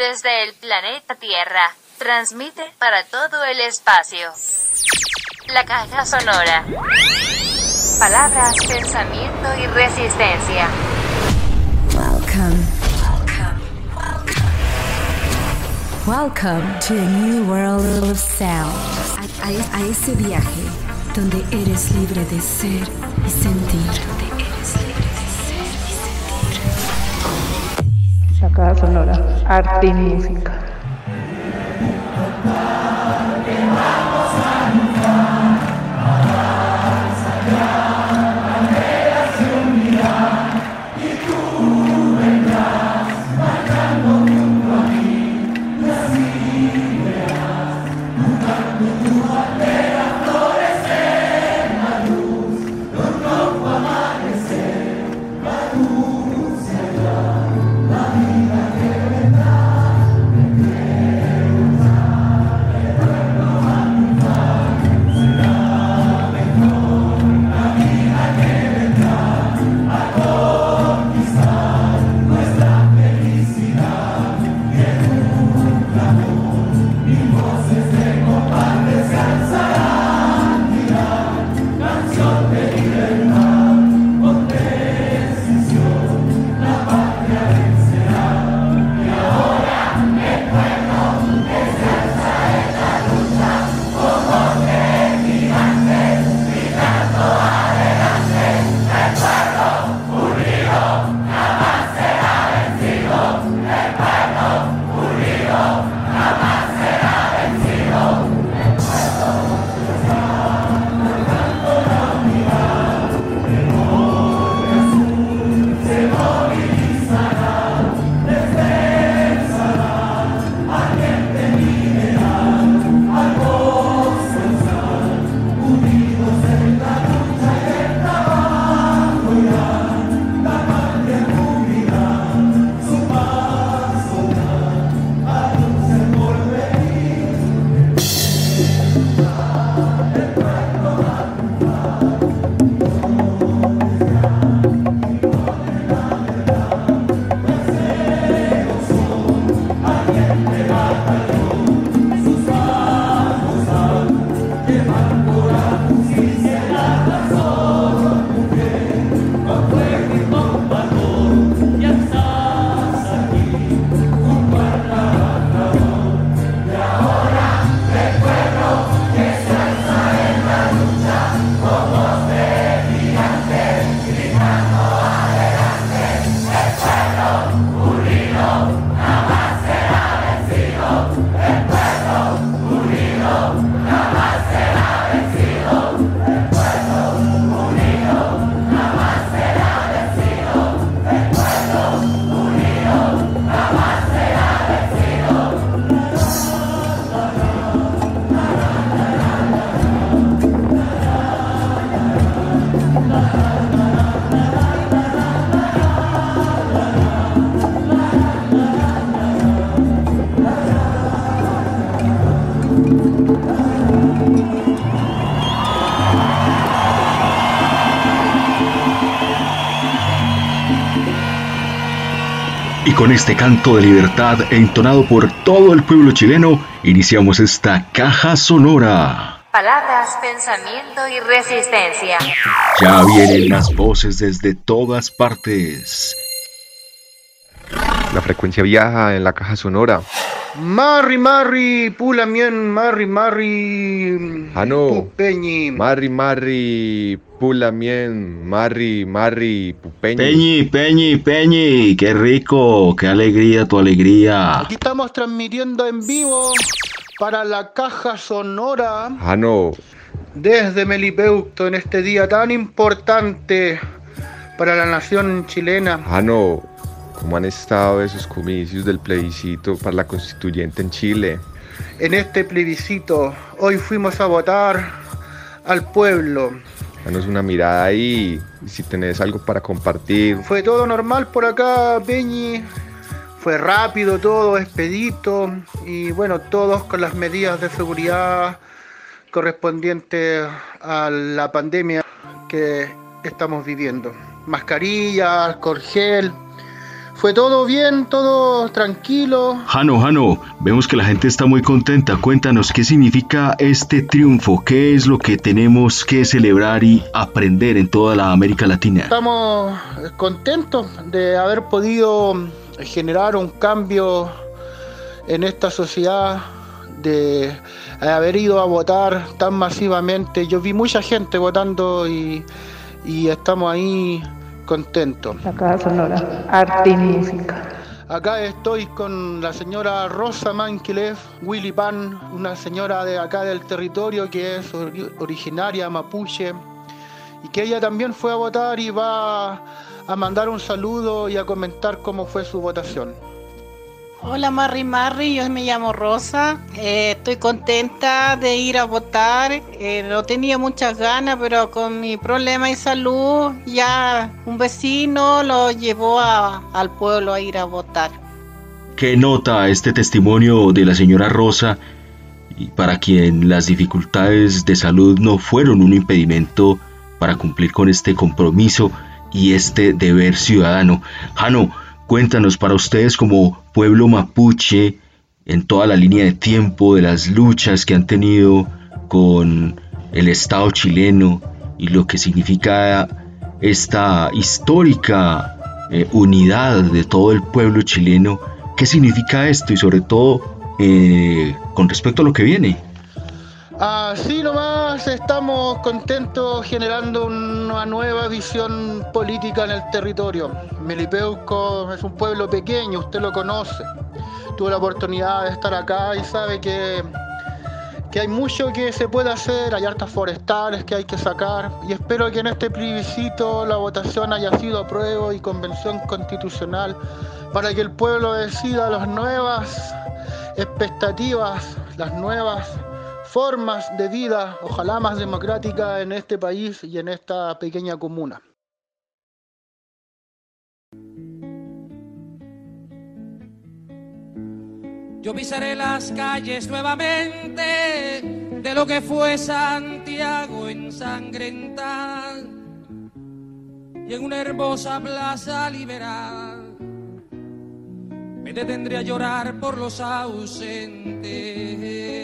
desde el planeta Tierra, transmite para todo el espacio. La caja sonora. Palabras, pensamiento y resistencia. Welcome to a new world of sound. A ese viaje donde eres libre de ser y sentir. La caja sonora, arte y música. Y con este canto de libertad entonado por todo el pueblo chileno, iniciamos esta caja sonora. Palabras, pensamiento y resistencia. Ya vienen las voces desde todas partes. La frecuencia viaja en la caja sonora. Marri, marri, pulamien, marri, marri. Ano. Pupeñi. Marri, marri, pulamien, marri, marri, pupeñi. Peñi, Peñi, Peñi, qué rico, qué alegría tu alegría. Aquí estamos transmitiendo en vivo para la caja sonora. Ano. Desde Melipeuto en este día tan importante para la nación chilena. Ano. ¿Cómo han estado esos comicios del plebiscito para la constituyente en Chile? En este plebiscito, hoy fuimos a votar al pueblo. Danos una mirada ahí, si tenés algo para compartir. Fue todo normal por acá, Peñi. Fue rápido todo, expedito. Y bueno, todos con las medidas de seguridad correspondientes a la pandemia que estamos viviendo. Mascarillas, alcohol gel. fue todo bien, todo tranquilo. Jano, vemos que la gente está muy contenta. Cuéntanos qué significa este triunfo, qué es lo que tenemos que celebrar y aprender en toda la América Latina. Estamos contentos de haber podido generar un cambio en esta sociedad, de haber ido a votar tan masivamente. Yo vi mucha gente votando y estamos ahí contentos. La Caja Sonora, arte y música. Acá estoy con la señora Rosa Mankilev Willy Pan, una señora de acá del territorio que es originaria mapuche y que ella también fue a votar y va a mandar un saludo y a comentar cómo fue su votación. Hola Marri, yo me llamo Rosa, estoy contenta de ir a votar, no tenía muchas ganas, pero con mi problema de salud ya un vecino lo llevó al pueblo a ir a votar. ¿Qué nota este testimonio de la señora Rosa, y para quien las dificultades de salud no fueron un impedimento para cumplir con este compromiso y este deber ciudadano? Jano, cuéntanos, para ustedes como pueblo mapuche, en toda la línea de tiempo de las luchas que han tenido con el Estado chileno y lo que significa esta histórica unidad de todo el pueblo chileno, ¿qué significa esto? Y sobre todo con respecto a lo que viene. Así nomás estamos contentos generando una nueva visión política en el territorio. Melipeuco es un pueblo pequeño, usted lo conoce. Tuve la oportunidad de estar acá y sabe que hay mucho que se puede hacer, hay hartas forestales que hay que sacar y espero que en este plebiscito la votación haya sido apruebo y convención constitucional para que el pueblo decida las nuevas expectativas, las nuevas formas de vida, ojalá más democrática en este país y en esta pequeña comuna. Yo pisaré las calles nuevamente de lo que fue Santiago ensangrentada y en una hermosa plaza liberada me detendré a llorar por los ausentes.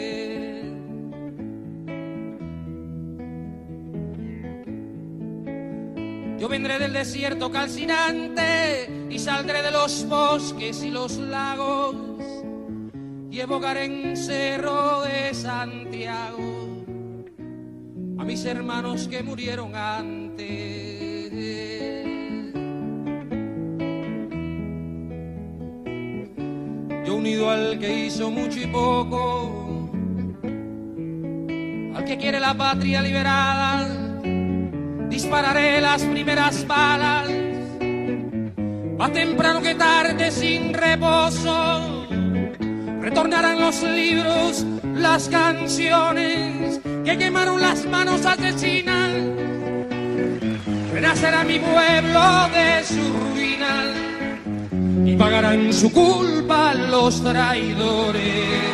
Yo vendré del desierto calcinante y saldré de los bosques y los lagos y evocaré en Cerro de Santiago a mis hermanos que murieron antes. Yo unido al que hizo mucho y poco, al que quiere la patria liberada, dispararé las primeras balas, más temprano que tarde sin reposo. Retornarán los libros, las canciones que quemaron las manos asesinas. Renacerá mi pueblo de su ruina y pagarán su culpa los traidores.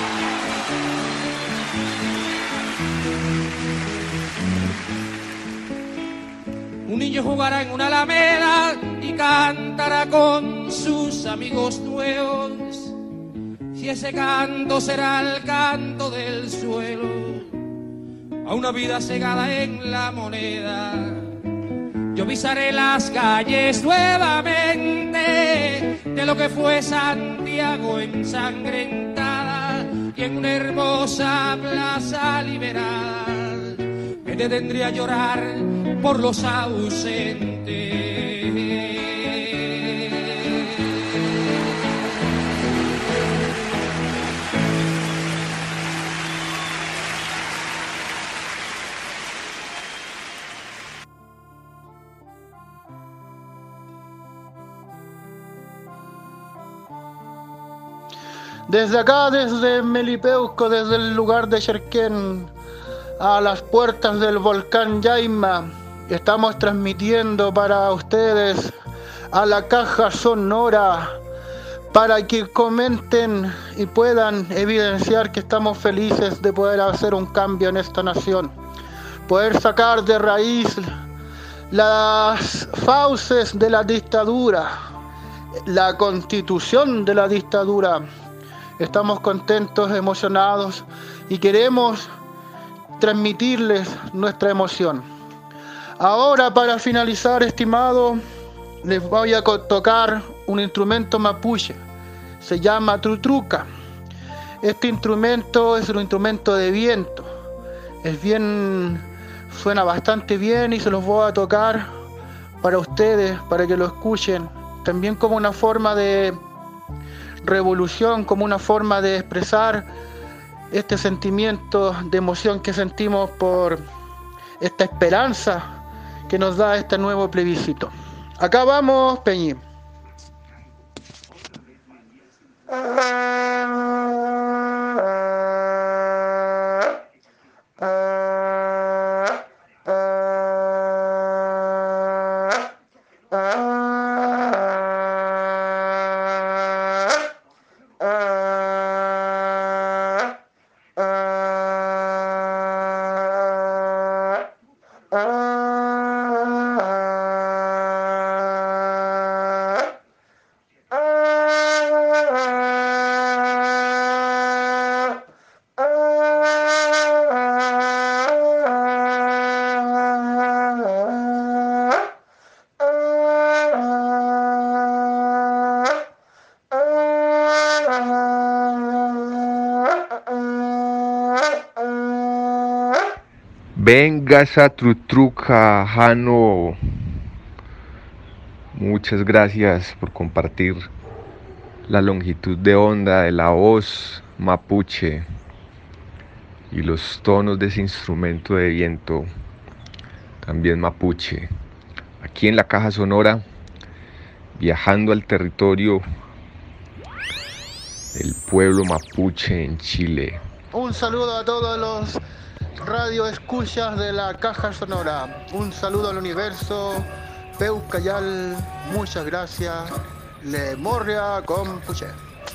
Un niño jugará en una alameda y cantará con sus amigos nuevos. Y ese canto será el canto del suelo a una vida cegada en la moneda. Yo pisaré las calles nuevamente de lo que fue Santiago ensangrentada y en una hermosa plaza liberada me detendré a llorar por los ausentes. Desde acá, desde Melipeuco, desde el lugar de Cherquén, a las puertas del volcán Yaima, estamos transmitiendo para ustedes a la Caja Sonora para que comenten y puedan evidenciar que estamos felices de poder hacer un cambio en esta nación, poder sacar de raíz las fauces de la dictadura, la constitución de la dictadura. Estamos contentos, emocionados y queremos transmitirles nuestra emoción. Ahora, para finalizar, estimados, les voy a tocar un instrumento mapuche. Se llama trutruca. Este instrumento es un instrumento de viento. Suena bastante bien y se los voy a tocar para ustedes, para que lo escuchen. También como una forma de revolución, como una forma de expresar este sentimiento de emoción que sentimos por esta esperanza que nos da este nuevo plebiscito. Acá vamos, Peñi. Venga esa trutruca, Jano. Muchas gracias por compartir la longitud de onda de la voz mapuche y los tonos de ese instrumento de viento, también mapuche. Aquí en la Caja Sonora, viajando al territorio del pueblo mapuche en Chile. Un saludo a todos los radio escuchas de la Caja Sonora. Un saludo al universo. Peucayal, muchas gracias. Le Morria con Puché.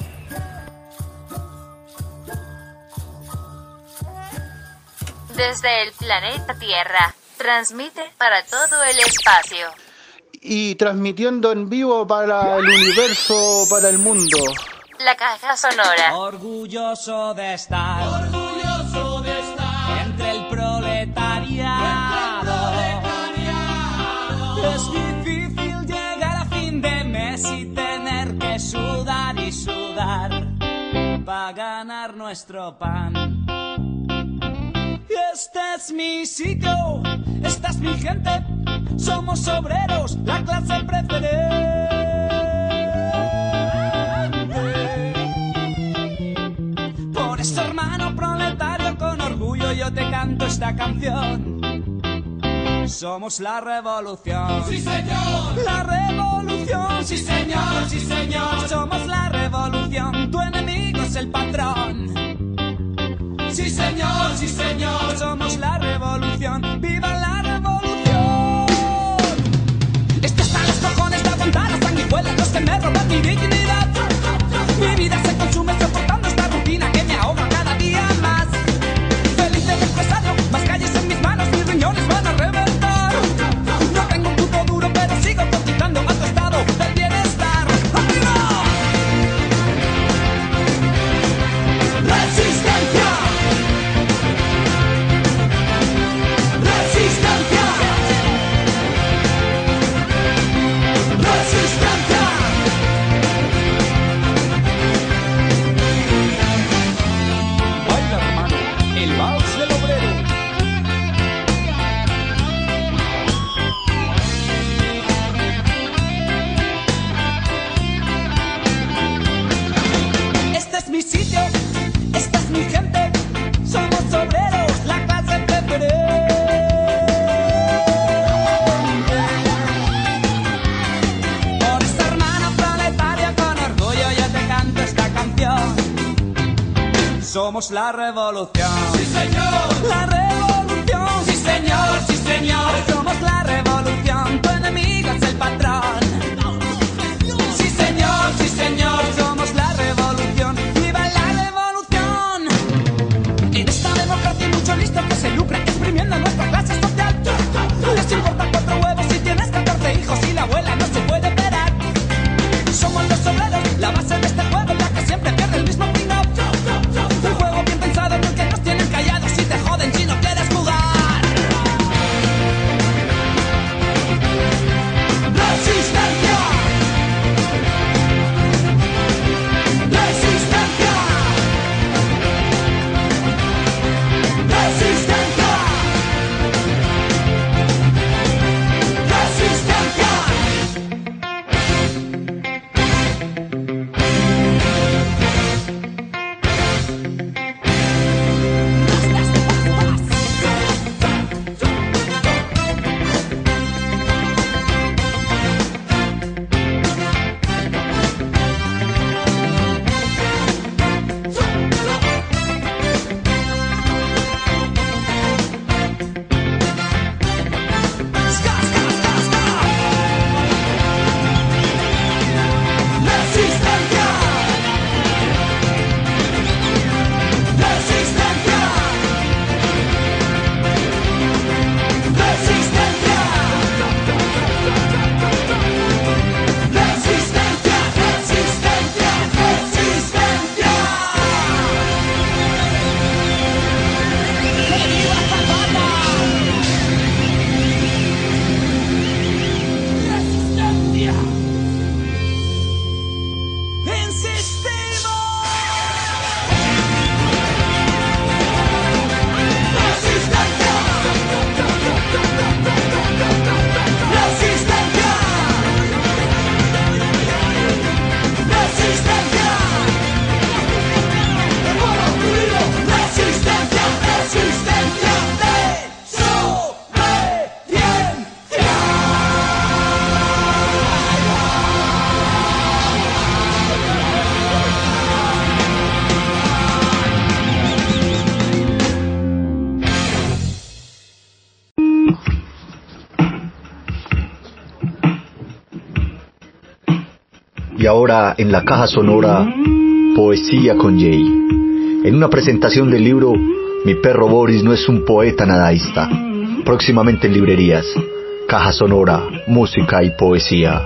Desde el planeta Tierra, transmite para todo el espacio. Y transmitiendo en vivo para el universo, para el mundo. La Caja Sonora. Orgulloso de estar entre el proletariado. Es difícil llegar a fin de mes y tener que sudar y sudar para ganar nuestro pan. Este es mi sitio, esta es mi gente, somos obreros, la clase preferente. Por eso, hermano proletario, con orgullo yo te canto esta canción. Somos la revolución. Sí, señor. La revolución. Sí, señor, sí, señor. Somos la revolución. Tu enemigo es el patrón. Sí, señor, sí, señor. Somos la revolución. ¡Viva la revolución! Esto está en los cojones de aguantar las sanguijuelas, los que me roban mi dignidad. Mi vida se consume soportando esta rutina que me ahoga cada día más. Feliz de empresario, más calles en mis manos, mis riñones van a reventar. No tengo un puto duro, pero sigo cotizando a tu estado del bienestar. ¡Arriba! ¡Resistencia! ¡Resistencia! ¡Resistencia! Baila, hermano, el vals del obrero. Este es mi sitio, esta es mi gente, somos obreros, la clase preferente. Por esta hermana proletaria con orgullo yo te canto esta canción. Somos la revolución. Sí, señor. La revolución. Sí, señor, sí, señor. Somos la revolución. Tu enemigo es el patrón. Sí, señor, sí, señor. Somos la revolución. ¡Viva la revolución! En esta democracia hay mucho listo que se lucra exprimiendo nuestra clase social. Les importa 4 huevos si tienes 14 hijos y la abuela no se puede esperar. Somos Y ahora en la caja sonora, Poesía con Jay. En una presentación del libro Mi perro Boris no es un poeta nadaísta. Próximamente en librerías. Caja sonora, música y poesía.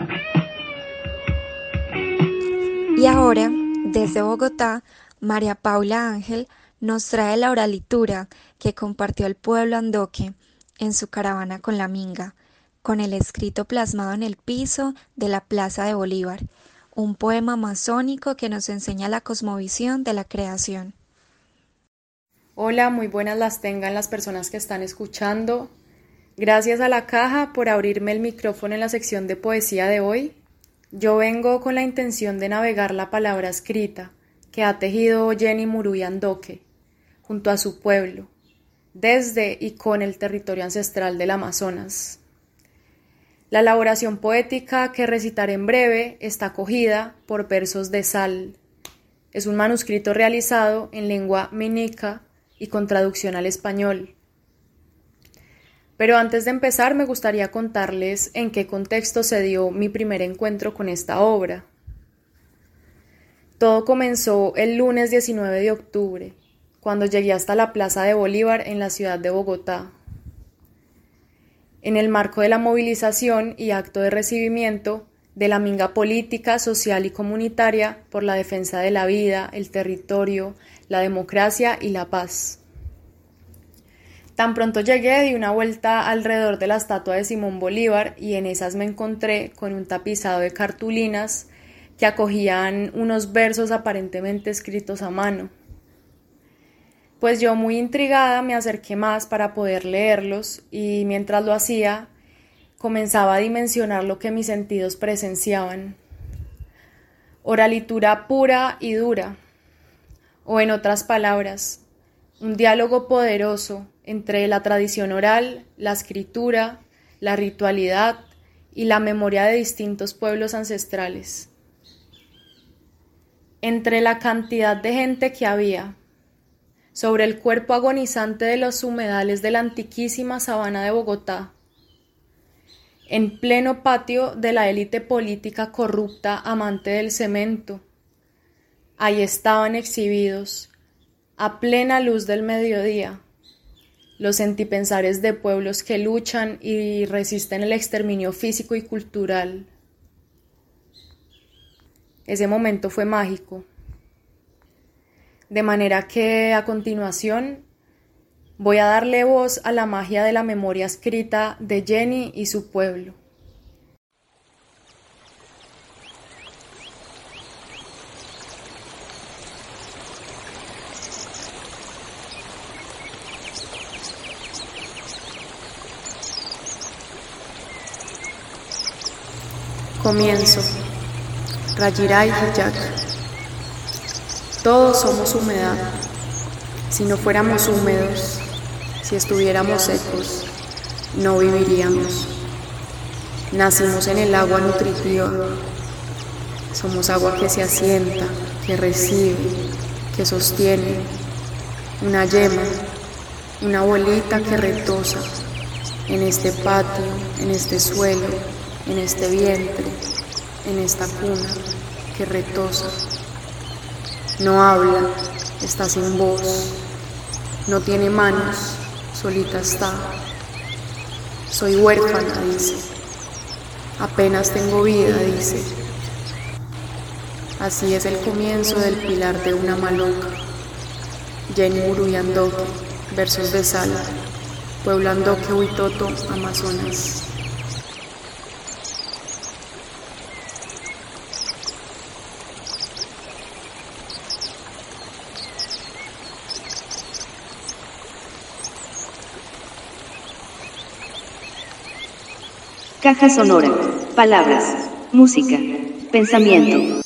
Y ahora, desde Bogotá, María Paula Ángel nos trae la oralitura que compartió el pueblo Andoque en su caravana con la Minga, con el escrito plasmado en el piso de la Plaza de Bolívar, un poema masónico que nos enseña la cosmovisión de la creación. Hola, muy buenas las tengan las personas que están escuchando. Gracias a la caja por abrirme el micrófono en la sección de poesía de hoy. Yo vengo con la intención de navegar la palabra escrita que ha tejido Jenny Muruy Andoque junto a su pueblo, desde y con el territorio ancestral del Amazonas. La elaboración poética que recitaré en breve está acogida por versos de sal. Es un manuscrito realizado en lengua minica y con traducción al español. Pero antes de empezar me gustaría contarles en qué contexto se dio mi primer encuentro con esta obra. Todo comenzó el lunes 19 de octubre, cuando llegué hasta la Plaza de Bolívar en la ciudad de Bogotá. En el marco de la movilización y acto de recibimiento de la minga política, social y comunitaria por la defensa de la vida, el territorio, la democracia y la paz. Tan pronto llegué, di una vuelta alrededor de la estatua de Simón Bolívar y en esas me encontré con un tapizado de cartulinas que acogían unos versos aparentemente escritos a mano. Pues yo, muy intrigada, me acerqué más para poder leerlos y mientras lo hacía, comenzaba a dimensionar lo que mis sentidos presenciaban. Oralitura pura y dura, o en otras palabras, un diálogo poderoso entre la tradición oral, la escritura, la ritualidad y la memoria de distintos pueblos ancestrales. Entre la cantidad de gente que había, sobre el cuerpo agonizante de los humedales de la antiquísima sabana de Bogotá, en pleno patio de la élite política corrupta amante del cemento, ahí estaban exhibidos, a plena luz del mediodía, los sentipensares de pueblos que luchan y resisten el exterminio físico y cultural. Ese momento fue mágico. De manera que a continuación voy a darle voz a la magia de la memoria escrita de Jenny y su pueblo. Comienzo. Rayiray Hiyak. Todos somos humedad. Si no fuéramos húmedos, si estuviéramos secos, no viviríamos. Nacimos en el agua nutritiva. Somos agua que se asienta, que recibe, que sostiene. Una yema, una bolita que retosa en este patio, en este suelo, en este vientre, en esta cuna que retosa. No habla, está sin voz, no tiene manos, solita está. Soy huérfana, dice. Apenas tengo vida, dice. Así es el comienzo del pilar de una maloca. Jenny Muruy Andoque, versos de sal, Pueblo Andoque, Huitoto, Amazonas. Caja sonora, palabras, música, pensamiento.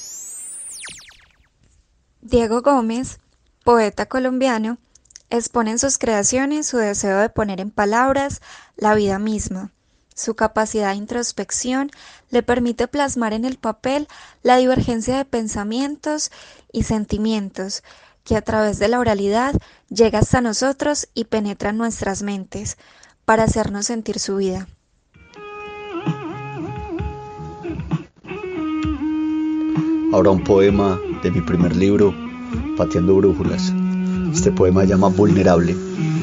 Diego Gómez, poeta colombiano, expone en sus creaciones su deseo de poner en palabras la vida misma. Su capacidad de introspección le permite plasmar en el papel la divergencia de pensamientos y sentimientos que a través de la oralidad llega hasta nosotros y penetra en nuestras mentes para hacernos sentir su vida. Ahora un poema de mi primer libro, Pateando Brújulas. Este poema se llama Vulnerable.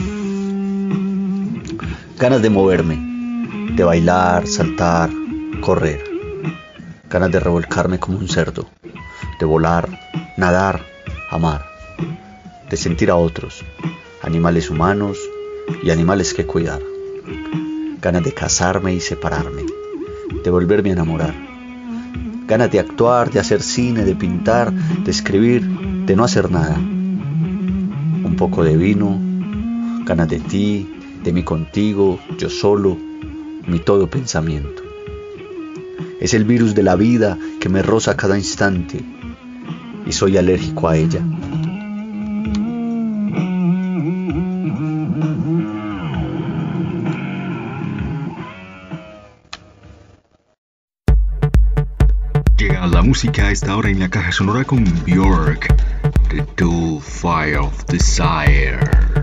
Ganas de moverme, de bailar, saltar, correr. Ganas de revolcarme como un cerdo, de volar, nadar, amar, de sentir a otros, animales humanos y animales que cuidar. Ganas de casarme y separarme, de volverme a enamorar. Ganas de actuar, de hacer cine, de pintar, de escribir, de no hacer nada. Un poco de vino, ganas de ti, de mí contigo, yo solo, mi todo pensamiento. Es el virus de la vida que me roza a cada instante y soy alérgico a ella. Llega la música a esta hora en la caja sonora con Björk, The Dull Fire of Desire.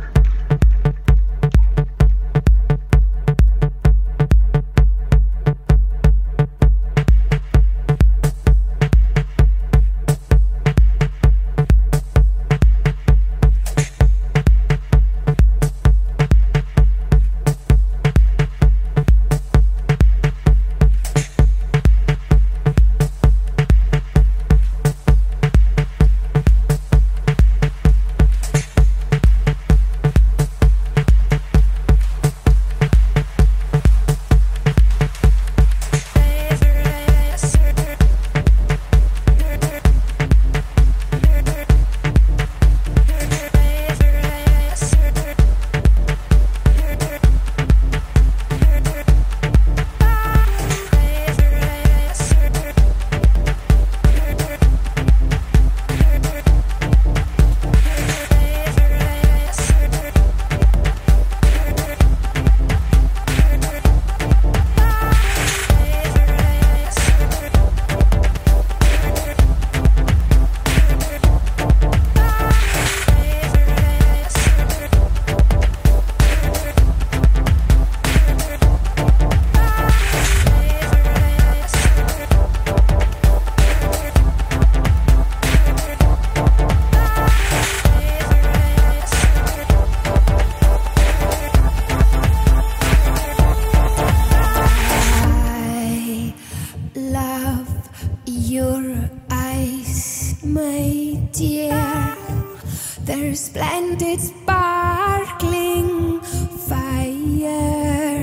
Splendid sparkling fire.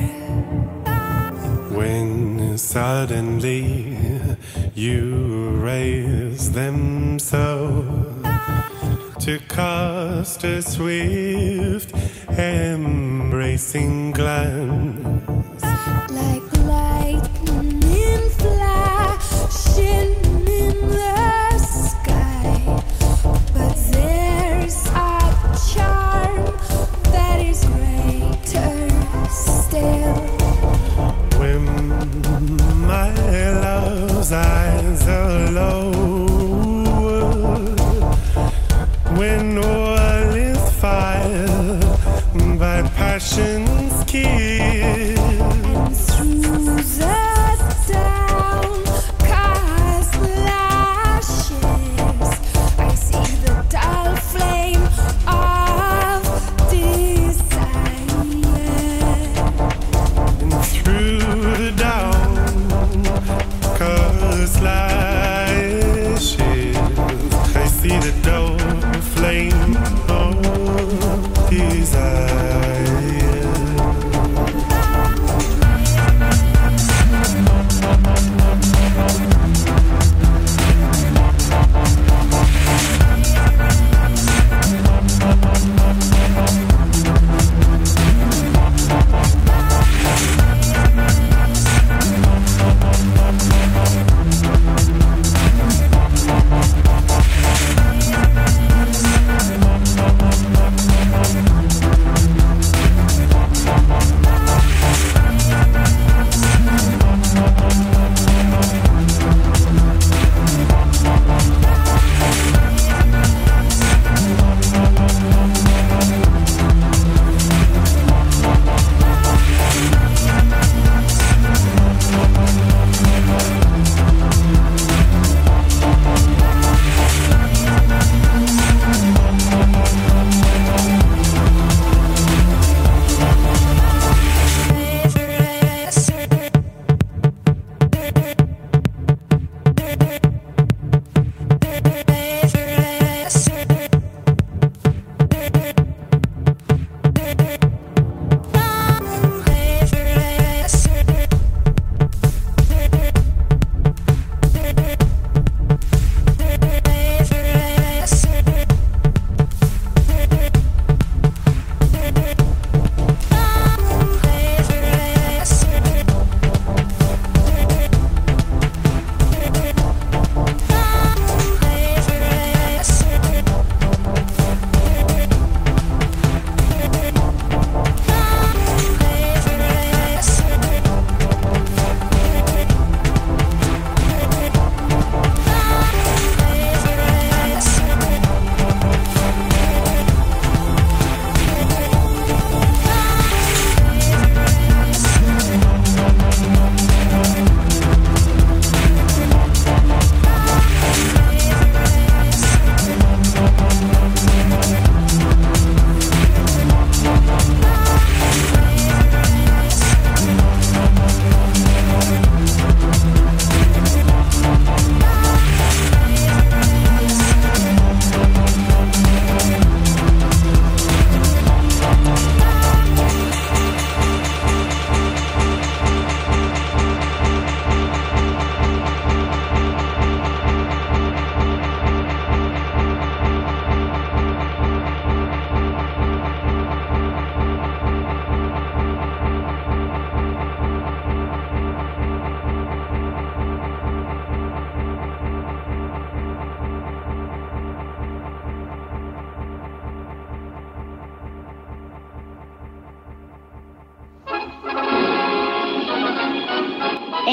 When suddenly you raise them so to cast a swift embracing glance, like lightning flashing in the sky. But there's a charm that is greater still. When my love's eyes are lowered, when all is fire by passion's kiss, and through the downcast lashes I see the dull flame of desire. And through the downcast lashes I see the dull flame of desire.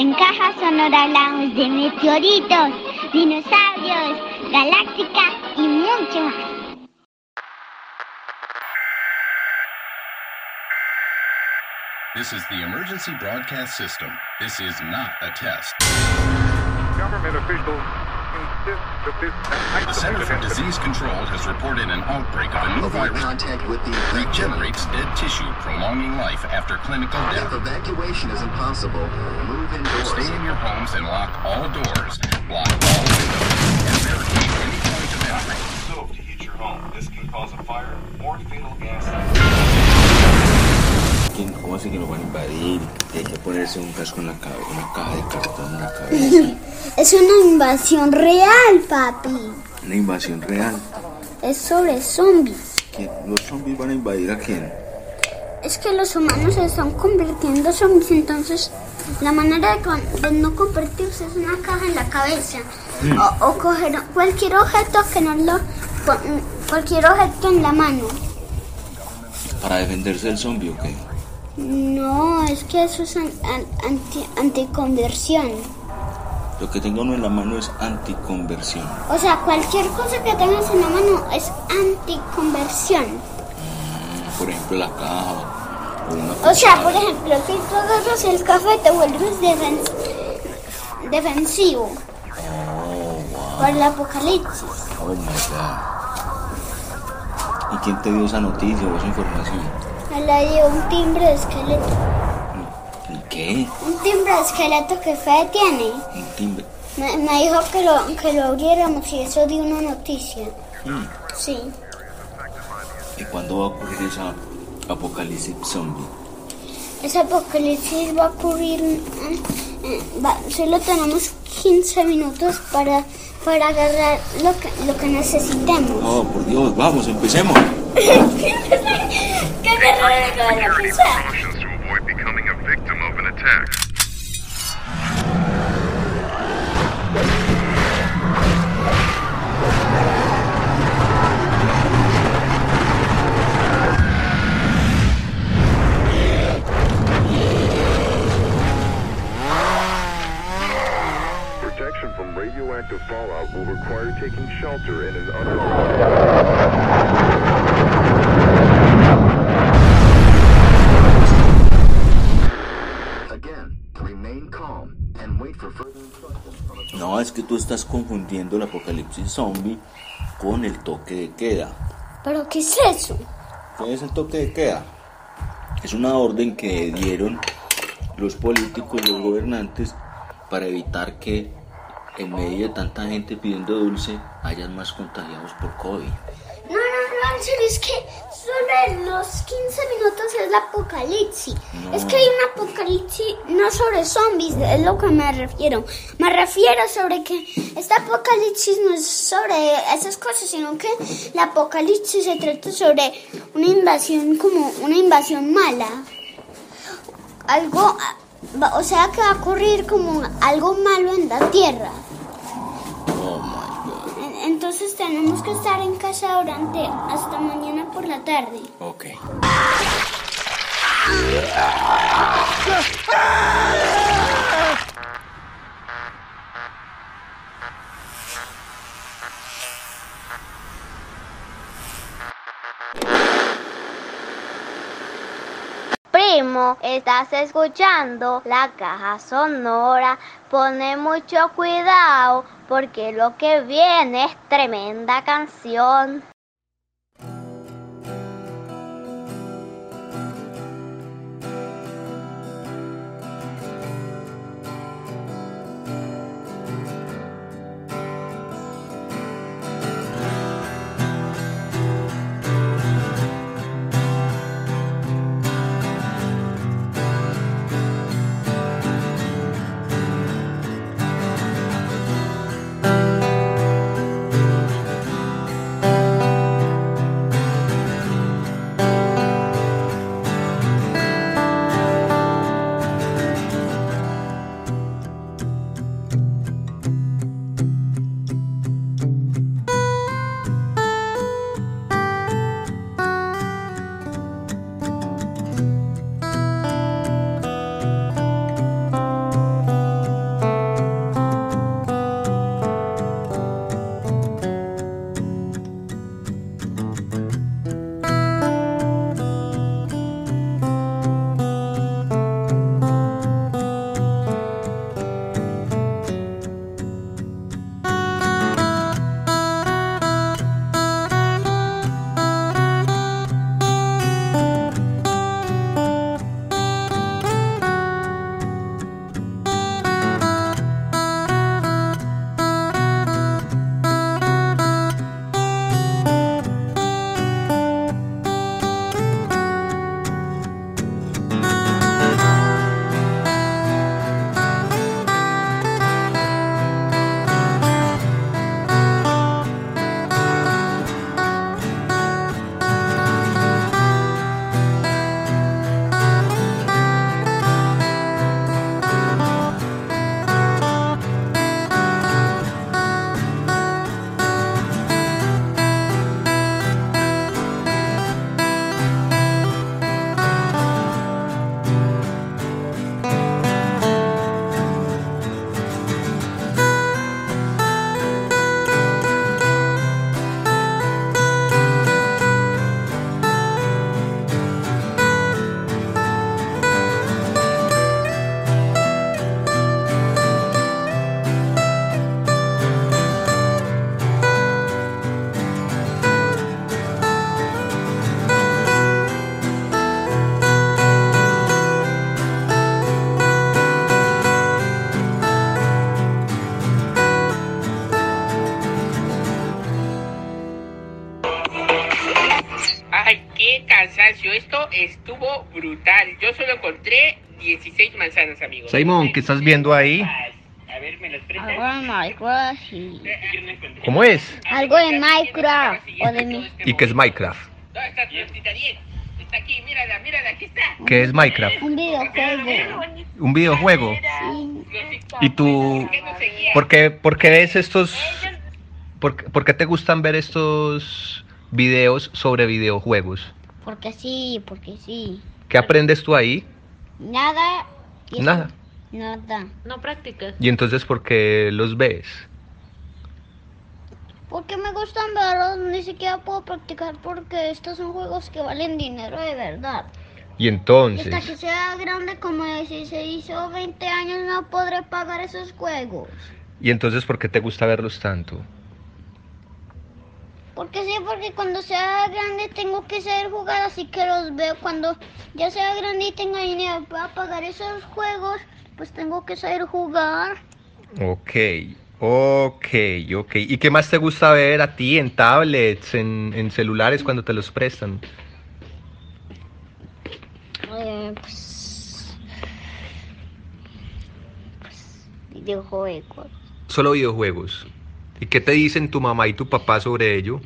En Caja Sonora hablamos de meteoritos, dinosaurios, galáctica y mucho más. This is the emergency broadcast system. This is not a test. Government officials insist that this... The Center for Disease Control has reported an outbreak of a new virus that generates dead tissue, prolonging life after clinical death. If evacuation is impossible, move indoors. Stay in your homes and lock all doors, block all windows, and barricade any point of entry. Stove to heat your home. This can cause a fire or fatal gas. ¿Cómo así que lo van a invadir? Hay que ponerse un casco en la cabeza, una caja de cartón en la cabeza. Es una invasión real, papi. Una invasión real. Es sobre zombies. ¿Los zombies van a invadir a quién? Es que los humanos se están convirtiendo en zombies, entonces la manera de no convertirse es una caja en la cabeza. O coger cualquier objeto cualquier objeto en la mano. ¿Para defenderse del zombie o qué? No, es que eso es anticonversión. Lo que tenga uno en la mano es anticonversión. O sea, cualquier cosa que tengas en la mano es anticonversión. Por ejemplo, la caja o una cuchara. O sea, por ejemplo, si tú agarras el café te vuelves defensivo. Wow. Por el apocalipsis. Oh my God. ¿Y quién te dio esa noticia o esa información? Me la dio un timbre de esqueleto. ¿Qué? Un timbre de esqueleto que Fede tiene. Un timbre. Me dijo que lo abriéramos y eso dio una noticia. Sí. ¿Y cuándo va a ocurrir esa apocalipsis zombie? Ese apocalipsis va a ocurrir... solo tenemos 15 minutos para agarrar lo que necesitemos. Oh, por Dios, vamos, empecemos. ¿Qué agarrar lo que van a pensar? Protection from radioactive fallout will require taking shelter in an No, es que tú estás confundiendo el apocalipsis zombie con el toque de queda. ¿Pero qué es eso? ¿Qué es el toque de queda? Es una orden que dieron los políticos, los gobernantes, para evitar que en medio de tanta gente pidiendo dulce hayan más contagiados por COVID. No, en serio, es que sobre los 15 minutos es el apocalipsis. No. Es que hay un apocalipsis no sobre zombies, es lo que me refiero. Me refiero sobre que este apocalipsis no es sobre esas cosas, sino que el apocalipsis se trata sobre una invasión, como una invasión mala. Algo, o sea que va a ocurrir como algo malo en la tierra. Oh my God. Entonces tenemos que estar en casa hasta mañana por la tarde. Ok. Primo, estás escuchando la Caja Sonora. Pone mucho cuidado porque lo que viene es tremenda canción. estuvo brutal. Yo solo encontré 16 manzanas, amigos. Simón, ¿qué estás viendo ahí? A ver, ¿me las prestas? Algo de Minecraft, sí. ¿Cómo es? Algo de Minecraft. O de mi... ¿Y qué es Minecraft? ¿Dónde está tu tita 10? Está aquí, mírala, aquí está. ¿Qué es Minecraft? Un videojuego. ¿Un videojuego? Sí. ¿Y tú por qué ves estos... ¿Por qué te gustan ver estos videos sobre videojuegos? Porque sí, porque sí. ¿Qué aprendes tú ahí? Nada. Nada. Nada. No practicas. ¿Y entonces por qué los ves? Porque me gustan verlos, ni siquiera puedo practicar porque estos son juegos que valen dinero de verdad. ¿Y entonces? Hasta que sea grande como 16 o 20 años no podré pagar esos juegos. ¿Y entonces por qué te gusta verlos tanto? Porque sí, porque cuando sea grande tengo que saber jugar, así que los veo. Cuando ya sea grande y tenga dinero para pagar esos juegos, pues tengo que saber jugar. Ok. ¿Y qué más te gusta ver a ti en tablets, en celulares cuando te los prestan? Pues videojuegos. Solo videojuegos. ¿Y qué te dicen tu mamá y tu papá sobre ello?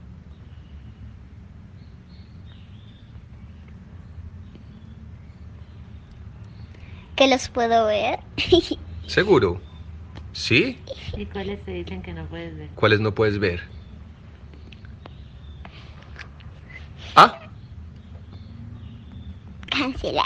¿Que los puedo ver? ¿Seguro? ¿Sí? ¿Y cuáles te dicen que no puedes ver? ¿Cuáles no puedes ver? ¿Ah? Cancelar.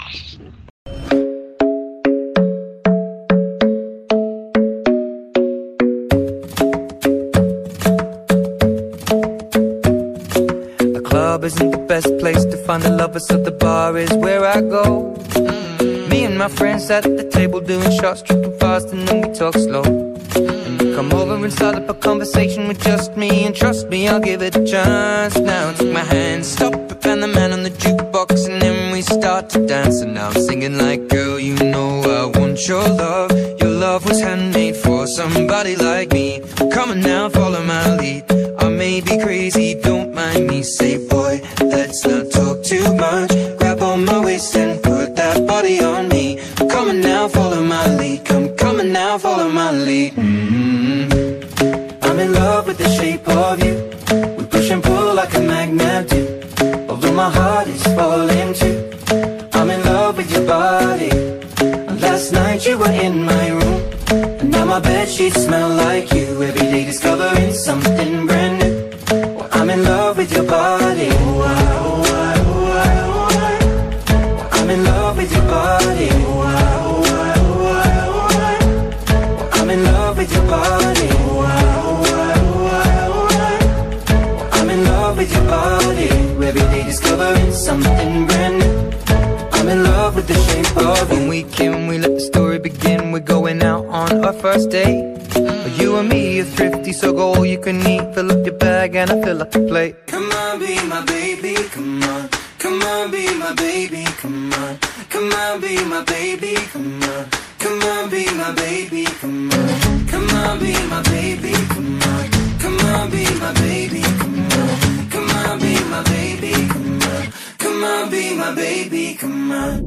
The club isn't the best place to find the lovers, so the bar is where I go. Me and my friends at the table doing shots, tripping fast, and then we talk slow. And you come over and start up a conversation with just me, and trust me, I'll give it a chance. Now take my hand, stop it, and the man on the jukebox, and then we start to dance. And now I'm singing like, girl, you know I want your love. Your love was handmade for somebody like me. Come on now, follow my lead. I may be crazy, don't mind me. Say, boy, let's not talk too much. Grab on my waist and put that body on me. Come on now, follow my lead. Come on now, follow my lead. I'm in love with the shape of you. We push and pull like a magnet do. Although my heart is falling too. I'm in love with your body. Last night you were in my room, and now my bedsheets smell like you. Every day discovering something brand new. Well, I'm in love with your body. I'm in love with your body. I'm in love with your body. I'm in love with your body. Every day discovering something brand new. I'm in love with the shape of you. When we came, we let the story begin. We're going out on our first date. You and me are thrifty, so go all you can eat. Fill up your bag and I fill up the plate. Come on, be my baby, come on. Come on, be my baby, come on. Come on, be my baby, come on. Come on, be my baby, come on. Come on, be my baby, come on. Come on, be my baby, come on. Come on, be my baby, come on. Come on, be my baby, come on.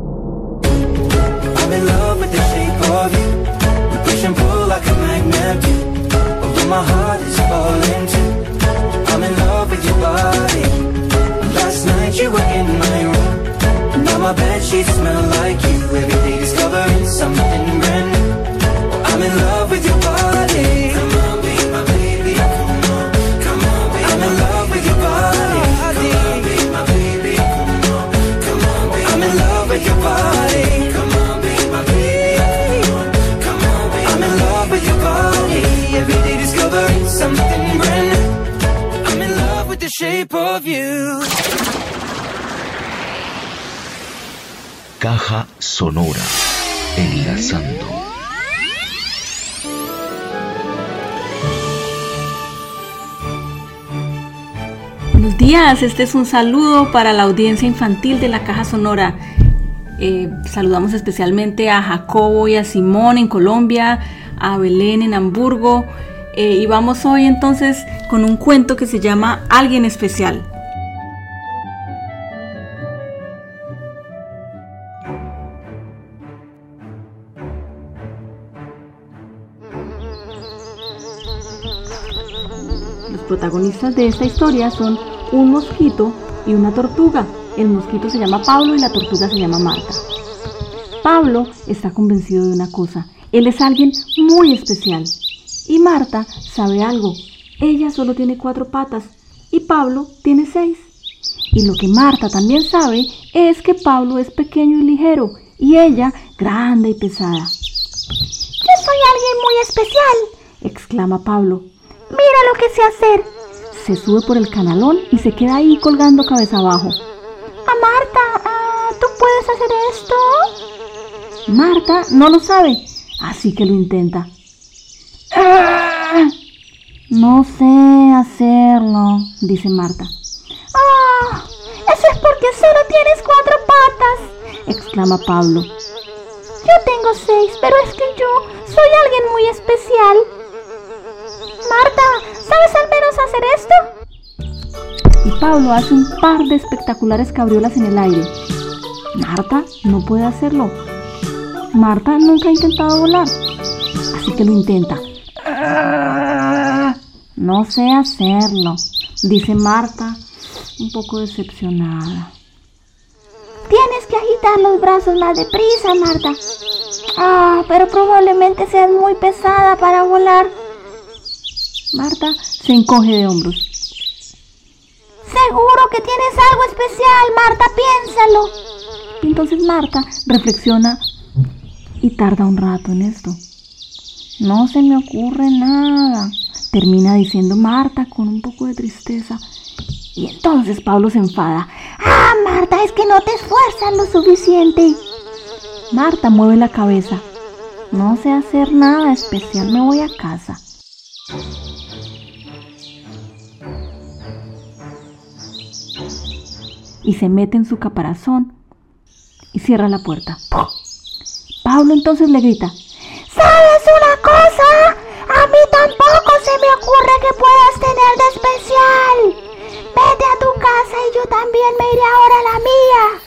I'm in love with the shape of you. We push and pull like a magnet do. Although my heart is falling too. I'm in love with your body. Last night you were in my room, and now my bedsheets smell like you. Every day discovering something brand new. I'm in love with your body. Come on, be my baby. Come on, come on, be I'm in love with your body. Come on, be my baby. Come on, come on, be I'm in love with your body. Come on, be my baby. Come on, come on, be I'm in love with your body. Every day discovering something brand new. I'm in love with the shape of you. Caja Sonora, enlazando. Buenos días, este es un saludo para la audiencia infantil de la Caja Sonora. Saludamos especialmente a Jacobo y a Simón en Colombia, a Belén en Hamburgo, y vamos hoy entonces con un cuento que se llama Alguien Especial. Los protagonistas de esta historia son un mosquito y una tortuga. El mosquito se llama Pablo y la tortuga se llama Marta. Pablo está convencido de una cosa: él es alguien muy especial. Y Marta sabe algo: ella solo tiene 4 patas y Pablo tiene 6. Y lo que Marta también sabe es que Pablo es pequeño y ligero y ella grande y pesada. Yo soy alguien muy especial, exclama Pablo. Mira lo que sé hacer. Se sube por el canalón y se queda ahí colgando cabeza abajo. Marta, ¿tú puedes hacer esto? Marta no lo sabe, así que lo intenta. No sé hacerlo, dice Marta. Eso es porque solo tienes 4 patas, exclama Pablo. Yo tengo 6, pero es que yo soy alguien muy especial. Marta, ¿sabes al menos hacer esto? Y Pablo hace un par de espectaculares cabriolas en el aire. Marta no puede hacerlo. Marta nunca ha intentado volar, así que lo intenta. No sé hacerlo, dice Marta, un poco decepcionada. Tienes que agitar los brazos más deprisa, Marta. Pero probablemente seas muy pesada para volar. Marta se encoge de hombros. Seguro que tienes algo especial, Marta, piénsalo. Y entonces Marta reflexiona y tarda un rato en esto. No se me ocurre nada, termina diciendo Marta con un poco de tristeza. Y entonces Pablo se enfada. Marta, es que no te esfuerzas lo suficiente. Marta mueve la cabeza. No sé hacer nada especial, me voy a casa. Y se mete en su caparazón y cierra la puerta. Pablo entonces le grita: ¿sabes una cosa? A mí tampoco se me ocurre que puedas tener de especial. Vete a tu casa y yo también me iré ahora a la mía.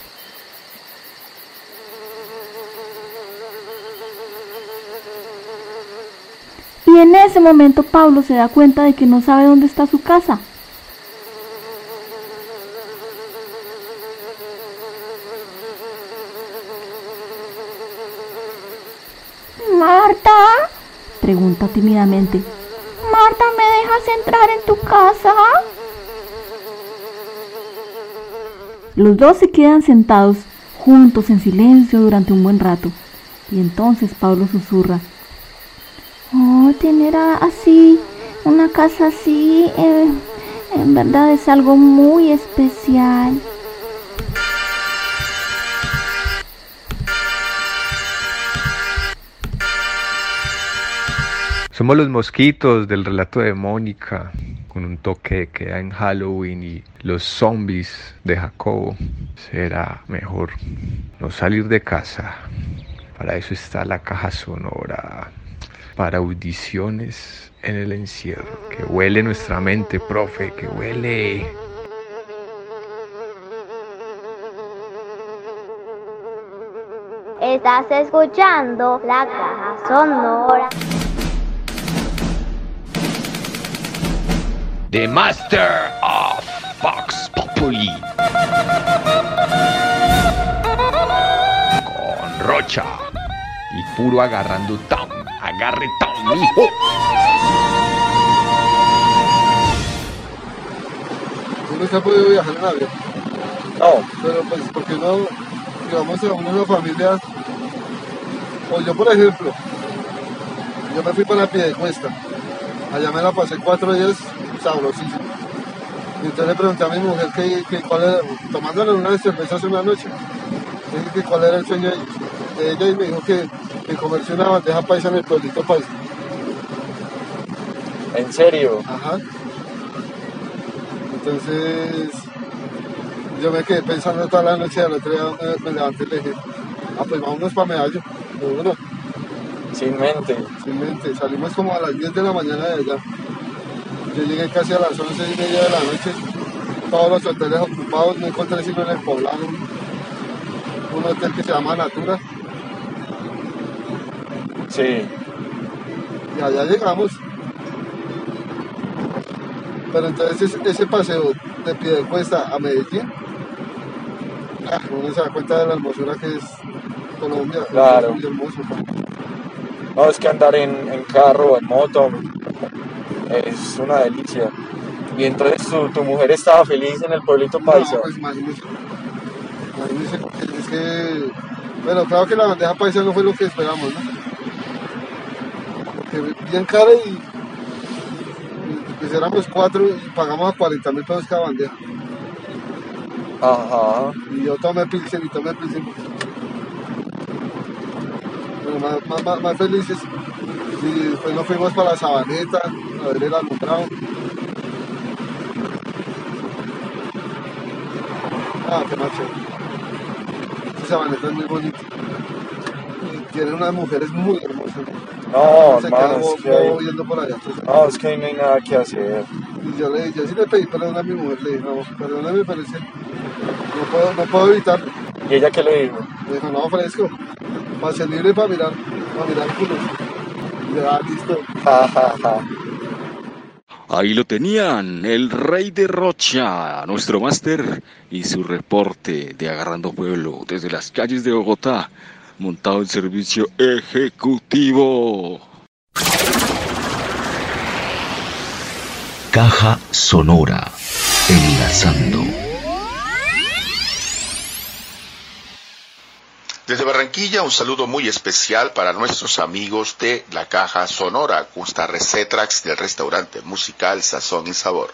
Y en ese momento Pablo se da cuenta de que no sabe dónde está su casa. ¿Marta? Pregunta tímidamente. Marta, ¿me dejas entrar en tu casa? Los dos se quedan sentados juntos en silencio durante un buen rato. Y entonces Pablo susurra: tener así, una casa así, en verdad es algo muy especial. Somos los mosquitos del relato de Mónica, con un toque que queda en Halloween, y los zombies de Jacobo. Será mejor no salir de casa. Para eso está la caja sonora. Para audiciones en el encierro. Que huele nuestra mente, profe, que huele. Estás escuchando la caja sonora. The Master of Vox Populi. Con Rocha. Y puro agarrando Tom. Agarre Tom, hijo. ¿Uno se ha podido viajar en avión? No. Pero pues, porque no, digamos, a unas familias, o yo por ejemplo, yo me fui para la Piedecuesta. Allá me la pasé 4 días sabrosísimo. Y entonces le pregunté a mi mujer que cuál era, tomándole una cerveza hace una noche, dije que cuál era el sueño de ella y me dijo que comerse una bandeja paisa en el pueblito paisa. ¿En serio? Ajá. Entonces yo me quedé pensando toda la noche y al otro día me levanté y le dije, pues vámonos para Medallo, de uno. Sin mente. Sin mente, salimos como a las 10 de la mañana de allá. Yo llegué casi a las 11:30 de la noche, todos los hoteles ocupados, no encontré sino en el poblado un hotel que se llama Natura. Sí. Y allá llegamos. Pero entonces ese paseo de Piedecuesta a Medellín, uno se da cuenta de la hermosura que es Colombia. Claro. Es muy hermoso. No, es que andar en carro o en moto es una delicia. Y entonces tu mujer estaba feliz en el pueblito paisa. No, pues imagínese, es que, bueno, claro que la bandeja paisa no fue lo que esperamos, ¿no? Porque bien cara y pues éramos 4 y pagamos a 40.000 pesos cada bandeja. Ajá. Y yo tomé pilsen. Bueno, más felices. Y después nos fuimos para la Sabaneta a ver el alumbrado. Qué macho. Esa Sabaneta es muy bonita. Y tiene unas mujeres muy hermosas. No, se hermano, quedó viendo por allá. No, es que ahí no hay nada que hacer. Y yo sí le pedí perdón a mi mujer, le dije, no, perdóname, pero es que no puedo evitar. ¿Y ella qué le dijo? Me dijo, no, fresco, pase libre para mirar culos. Y ya, listo. Ahí lo tenían, el Rey de Rocha, nuestro máster, y su reporte de Agarrando Pueblo desde las calles de Bogotá, montado en servicio ejecutivo. Caja Sonora, enlazando. Desde Barranquilla, un saludo muy especial para nuestros amigos de la Caja Sonora, con esta recetrax del restaurante musical Sazón y Sabor.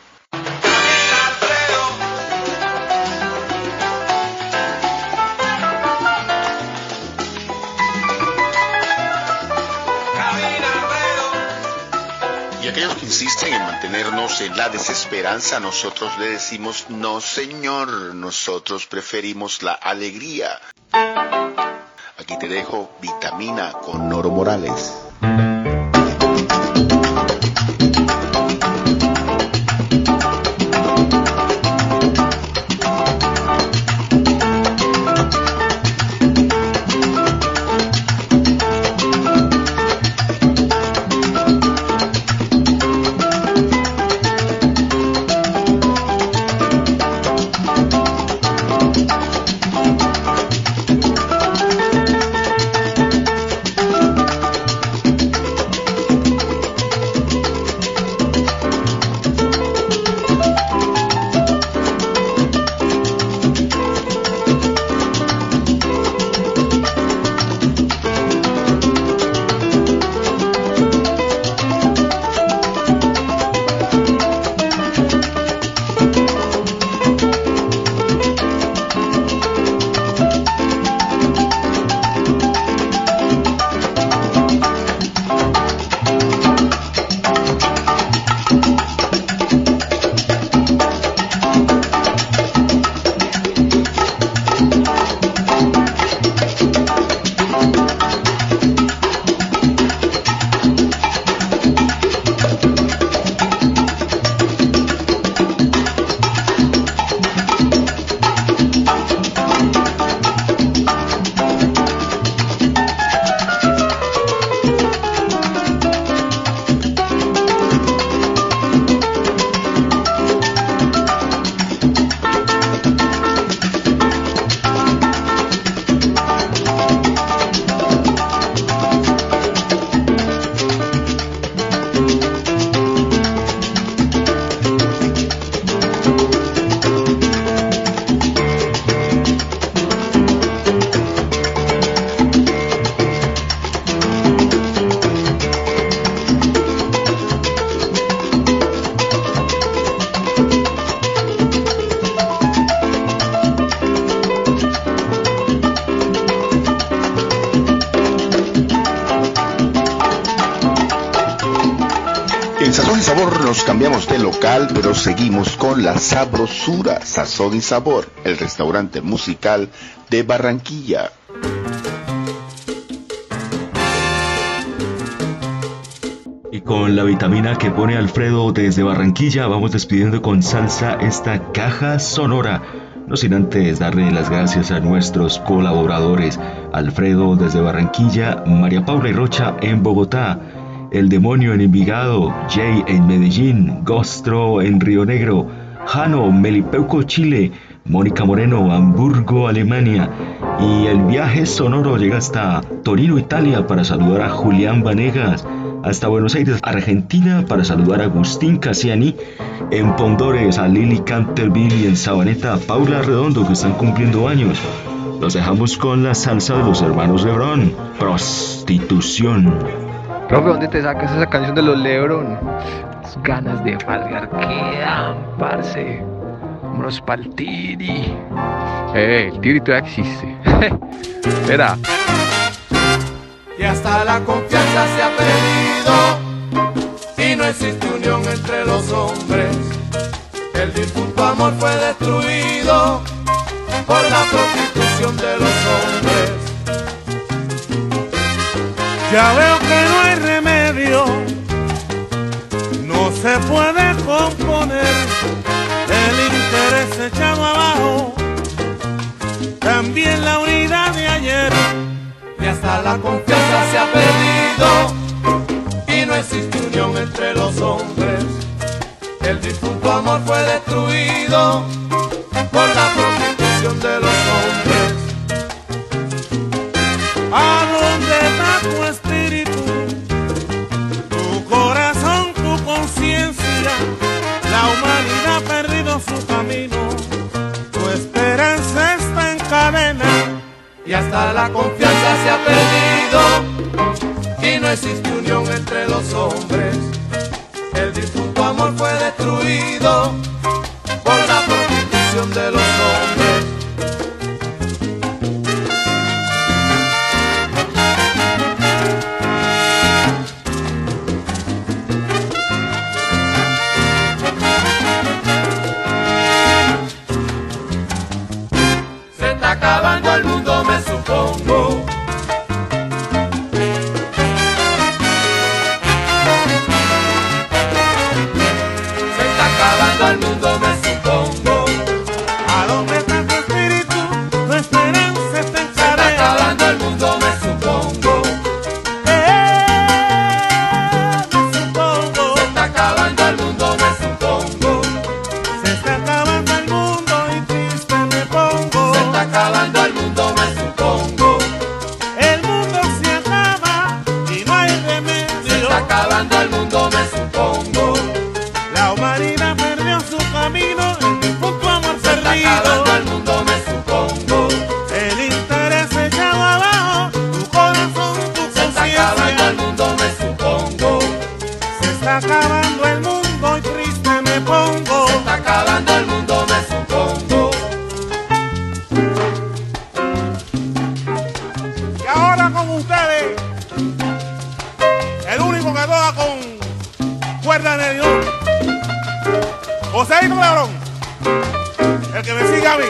Y aquellos que insisten en mantenernos en la desesperanza, nosotros le decimos, no señor, nosotros preferimos la alegría. Aquí te dejo Vitamina con Noro Morales. En Sazón y Sabor nos cambiamos de local, pero seguimos con la sabrosura. Sazón y Sabor, el restaurante musical de Barranquilla. Y con la vitamina que pone Alfredo desde Barranquilla, vamos despidiendo con salsa esta caja sonora. No sin antes darle las gracias a nuestros colaboradores, Alfredo desde Barranquilla, María Paula y Rocha en Bogotá, El Demonio en Envigado, Jay en Medellín, Gostro en Río Negro, Jano, Melipeuco, Chile, Mónica Moreno, Hamburgo, Alemania. Y el viaje sonoro llega hasta Torino, Italia, para saludar a Julián Vanegas. Hasta Buenos Aires, Argentina, para saludar a Agustín Cassiani. En Pondores, a Lili Canterville. Y en Sabaneta, a Paula Redondo, que están cumpliendo años. Los dejamos con la salsa de los hermanos Lebrón, Prostitución. Profe, ¿dónde te sacas esa canción de los Lebron? Las ganas de falgar quedan, parce. Vámonos pa'l Tiri. El Tiri todavía existe. Espera. Y hasta la confianza se ha perdido y no existe unión entre los hombres. El difunto amor fue destruido por la prostitución de los hombres. Ya veo que no hay remedio, no se puede componer, el interés echado abajo, también la unidad de ayer. Y hasta la confianza se ha perdido y no existe unión entre los hombres. El difunto amor fue destruido por la prostitución de los hombres. ¿A dónde está tu espíritu, tu corazón, tu conciencia? La humanidad ha perdido su camino, tu esperanza está en cadena. Y hasta la confianza se ha perdido y no existe unión entre los hombres. El difunto amor fue destruido por la prostitución de los hombres. Se está acabando el mundo, me supongo. Se está acabando el mundo, me supongo. ¿A dónde está tu espíritu? Tu esperanza está en cadena. Se está acabando el mundo, me supongo. Me supongo. Se está acabando el mundo, me supongo. Se está acabando el mundo y triste me pongo. Se está acabando el mundo, me supongo. El mundo se acaba y no hay remedio. Se está acabando el mundo, me supongo. La humanidad perdió su camino, el difunto amor Se está perdido. acabando el mundo, me supongo. El interés echado abajo, tu corazón, tu Se está acabando el conciencia. mundo, me supongo. Se está acabando el mundo y triste me pongo. Se está acabando el mundo, me supongo. Y ahora con ustedes, el único que toca con cuerda de Dios, Joséito Lebrón, el que me sigue a mí.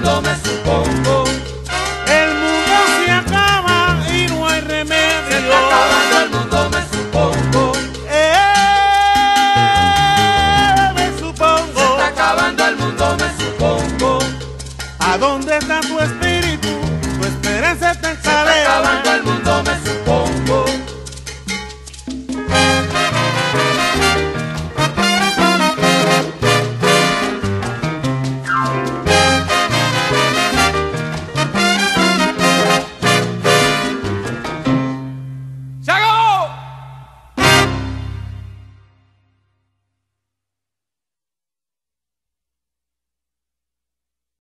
cuando me